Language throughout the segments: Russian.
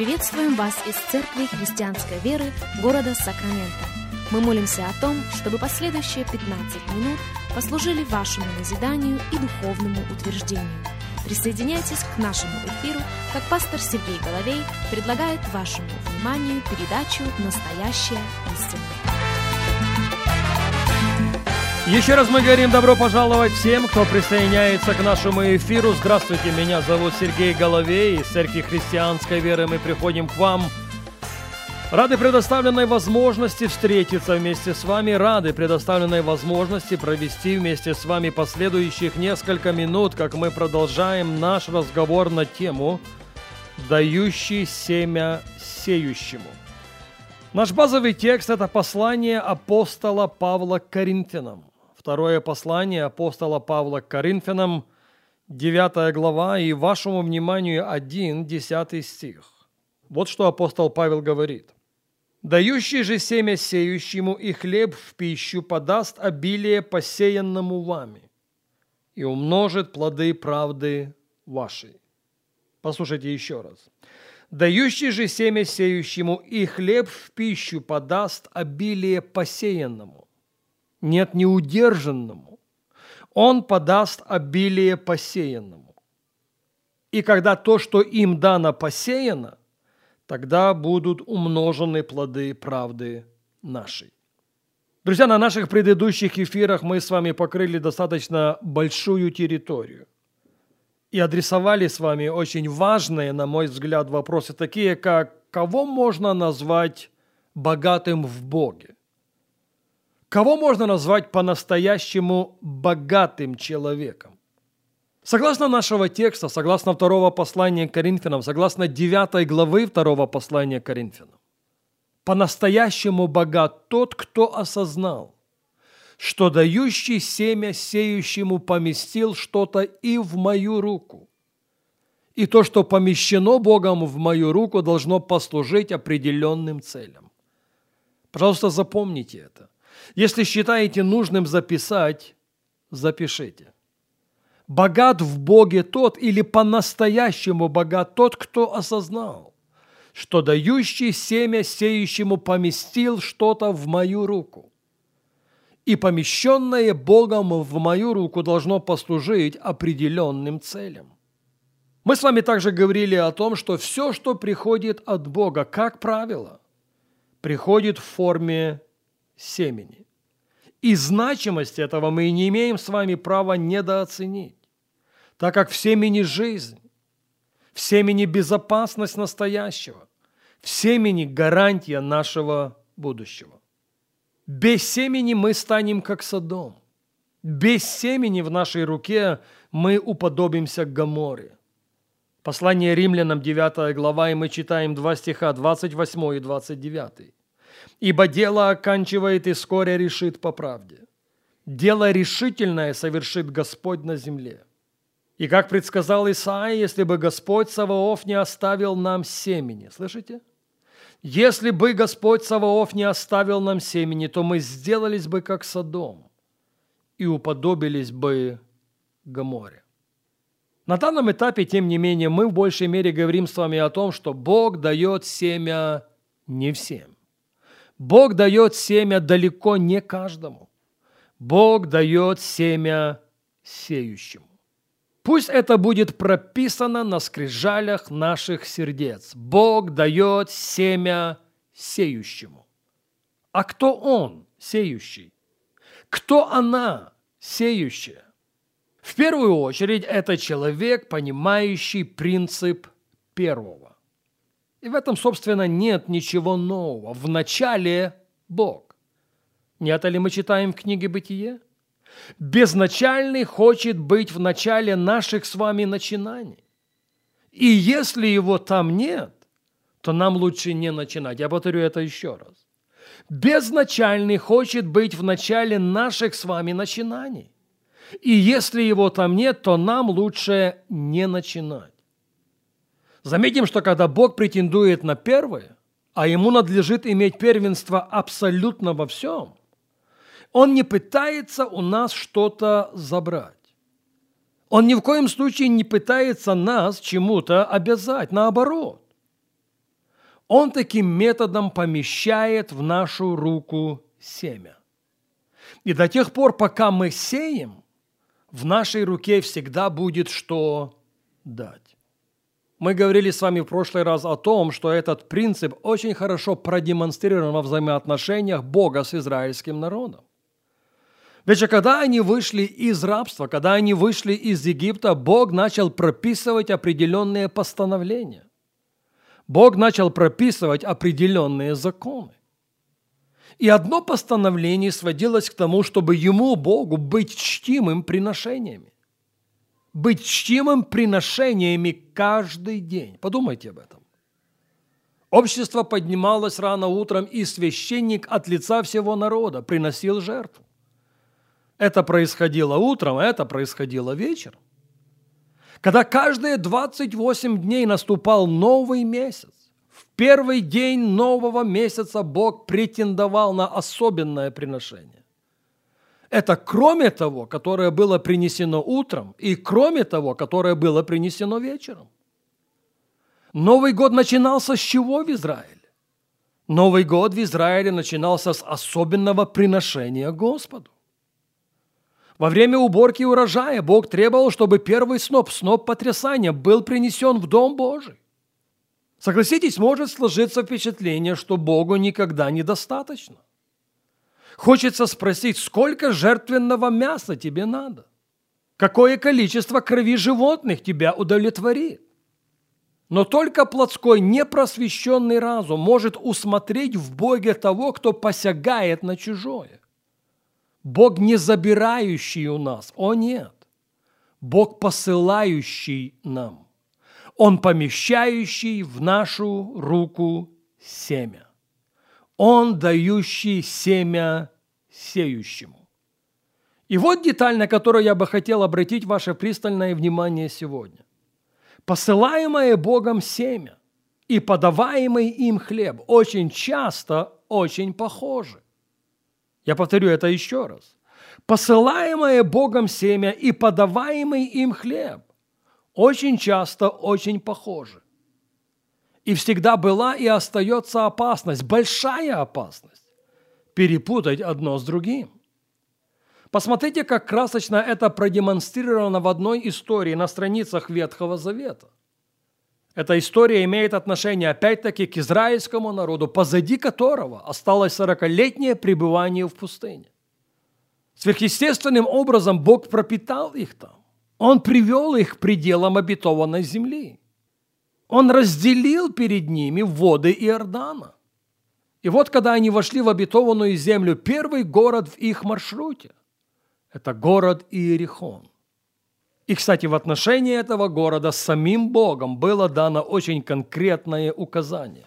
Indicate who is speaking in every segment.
Speaker 1: Приветствуем вас из Церкви Христианской Веры города Сакраменто. Мы молимся о том, чтобы последующие 15 минут послужили вашему назиданию и духовному утверждению. Присоединяйтесь к нашему эфиру, как пастор Сергей Головей предлагает вашему вниманию передачу «Настоящая истина».
Speaker 2: Еще раз мы говорим добро пожаловать всем, кто присоединяется к нашему эфиру. Здравствуйте, меня зовут Сергей Головей. Из Церкви Христианской Веры мы приходим к вам. Рады предоставленной возможности встретиться вместе с вами, рады предоставленной возможности провести вместе с вами последующих несколько минут, как мы продолжаем наш разговор на тему «Дающий семя сеющему». Наш базовый текст – это послание апостола Павла к Коринфянам. Второе послание апостола Павла к Коринфянам, 9 глава, и вашему вниманию 10 стих. Вот что апостол Павел говорит. «Дающий же семя сеющему и хлеб в пищу подаст обилие посеянному вами и умножит плоды правды вашей». Послушайте еще раз. «Дающий же семя сеющему и хлеб в пищу подаст обилие посеянному». Нет, неудержанному. Он подаст обилие посеянному. И когда то, что им дано, посеяно, тогда будут умножены плоды правды нашей. Друзья, на наших предыдущих эфирах мы с вами покрыли достаточно большую территорию и адресовали с вами очень важные, на мой взгляд, вопросы, такие как «Кого можно назвать богатым в Боге?» Кого можно назвать по-настоящему богатым человеком? Согласно нашего текста, согласно второго послания к Коринфянам, согласно 9 главы второго послания к Коринфянам, по-настоящему богат тот, кто осознал, что дающий семя сеющему поместил что-то и в мою руку. И то, что помещено Богом в мою руку, должно послужить определенным целям. Пожалуйста, запомните это. Если считаете нужным записать, запишите. Богат в Боге тот или по-настоящему богат тот, кто осознал, что дающий семя сеющему поместил что-то в мою руку. И помещенное Богом в мою руку должно послужить определенным целям. Мы с вами также говорили о том, что все, что приходит от Бога, как правило, приходит в форме семени. И значимость этого мы не имеем с вами права недооценить, так как в семени жизнь, в семени безопасность настоящего, в семени гарантия нашего будущего. Без семени мы станем как Содом. Без семени в нашей руке мы уподобимся Гоморре. Послание Римлянам, 9 глава, и мы читаем 2 стиха, 28 и 29. «Ибо дело оканчивает и вскоре решит по правде. Дело решительное совершит Господь на земле. И как предсказал Исаия, если бы Господь Саваоф не оставил нам семени». Слышите? «Если бы Господь Саваоф не оставил нам семени, то мы сделались бы как Содом и уподобились бы Гоморре». На данном этапе, тем не менее, мы в большей мере говорим с вами о том, что Бог дает семя не всем. Бог дает семя далеко не каждому. Бог дает семя сеющему. Пусть это будет прописано на скрижалях наших сердец. Бог дает семя сеющему. А кто он, сеющий? Кто она, сеющая? В первую очередь, это человек, понимающий принцип первого. И в этом, собственно, нет ничего нового. В начале Бог. Не это ли мы читаем в книге «Бытие»? Безначальный хочет быть в начале наших с вами начинаний. И если его там нет, то нам лучше не начинать. Я повторю это еще раз. Безначальный хочет быть в начале наших с вами начинаний. И если его там нет, то нам лучше не начинать. Заметим, что когда Бог претендует на первое, а ему надлежит иметь первенство абсолютно во всем, он не пытается у нас что-то забрать. Он ни в коем случае не пытается нас чему-то обязать, наоборот. Он таким методом помещает в нашу руку семя. И до тех пор, пока мы сеем, в нашей руке всегда будет что дать. Мы говорили с вами в прошлый раз о том, что этот принцип очень хорошо продемонстрирован во взаимоотношениях Бога с израильским народом. Ведь когда они вышли из рабства, когда они вышли из Египта, Бог начал прописывать определенные постановления. Бог начал прописывать определенные законы. И одно постановление сводилось к тому, чтобы ему, Богу, быть чтимым приношениями. Быть чтимым приношениями каждый день. Подумайте об этом. Общество поднималось рано утром, и священник от лица всего народа приносил жертву. Это происходило утром, а это происходило вечером. Когда каждые 28 дней наступал новый месяц, в первый день нового месяца Бог претендовал на особенное приношение. Это кроме того, которое было принесено утром, и кроме того, которое было принесено вечером. Новый год начинался с чего в Израиле? Новый год в Израиле начинался с особенного приношения Господу. Во время уборки урожая Бог требовал, чтобы первый сноп потрясания, был принесен в Дом Божий. Согласитесь, может сложиться впечатление, что Богу никогда недостаточно. Хочется спросить, сколько жертвенного мяса тебе надо? Какое количество крови животных тебя удовлетворит? Но только плотской, непросвещенный разум может усмотреть в Боге того, кто посягает на чужое. Бог не забирающий у нас, о нет. Бог посылающий нам. Он помещающий в нашу руку семя. Он дающий семя сеющему. И вот деталь, на которую я бы хотел обратить ваше пристальное внимание сегодня. Посылаемое Богом семя и подаваемый им хлеб очень часто очень похожи. Я повторю это еще раз. Посылаемое Богом семя и подаваемый им хлеб очень часто очень похожи. И всегда была и остается опасность, большая опасность, перепутать одно с другим. Посмотрите, как красочно это продемонстрировано в одной истории на страницах Ветхого Завета. Эта история имеет отношение опять-таки к израильскому народу, позади которого осталось 40-летнее пребывание в пустыне. Сверхъестественным образом Бог пропитал их там. Он привел их к пределам обетованной земли. Он разделил перед ними воды Иордана. И вот, когда они вошли в обетованную землю, первый город в их маршруте – это город Иерихон. И, кстати, в отношении этого города самим Богом было дано очень конкретное указание.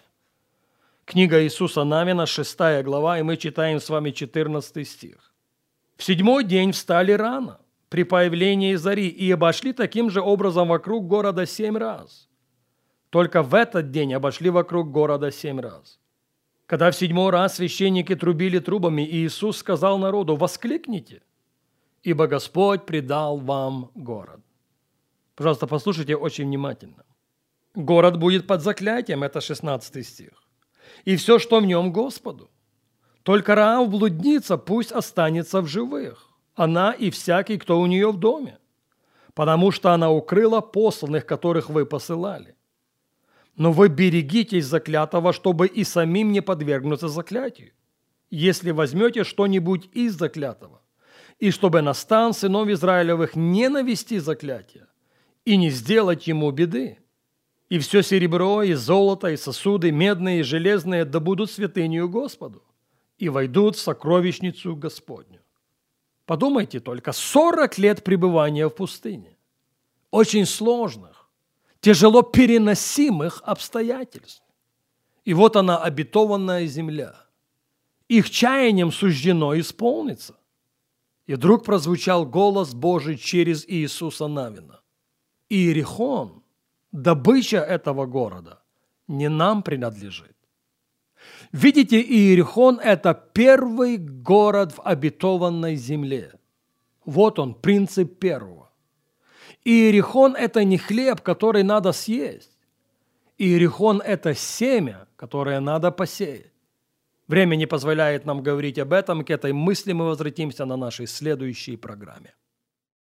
Speaker 2: Книга Иисуса Навина, 6 глава, и мы читаем с вами 14 стих. «В 7-й день встали рано, при появлении зари, и обошли таким же образом вокруг города 7 раз. Только в этот день обошли вокруг города 7 раз. Когда в 7-й раз священники трубили трубами, и Иисус сказал народу: «Воскликните, ибо Господь предал вам город». Пожалуйста, послушайте очень внимательно. Город будет под заклятием, это 16 стих. И все, что в нем, Господу. Только Раав, блудница, пусть останется в живых, она и всякий, кто у нее в доме, потому что она укрыла посланных, которых вы посылали. Но вы берегитесь заклятого, чтобы и самим не подвергнуться заклятию, если возьмете что-нибудь из заклятого, и чтобы на стан сынов Израилевых не навести заклятие и не сделать ему беды. И все серебро, и золото, и сосуды, медные и железные, да будут святынею Господу и войдут в сокровищницу Господню. Подумайте только, 40 лет пребывания в пустыне, очень сложных, тяжело переносимых обстоятельств. И вот она, обетованная земля. Их чаянием суждено исполниться. И вдруг прозвучал голос Божий через Иисуса Навина: «Иерихон, добыча этого города, не нам принадлежит». Видите, Иерихон – это первый город в обетованной земле. Вот он, принцип первого. Иерихон – это не хлеб, который надо съесть. Иерихон – это семя, которое надо посеять. Время не позволяет нам говорить об этом, к этой мысли мы возвратимся на нашей следующей программе.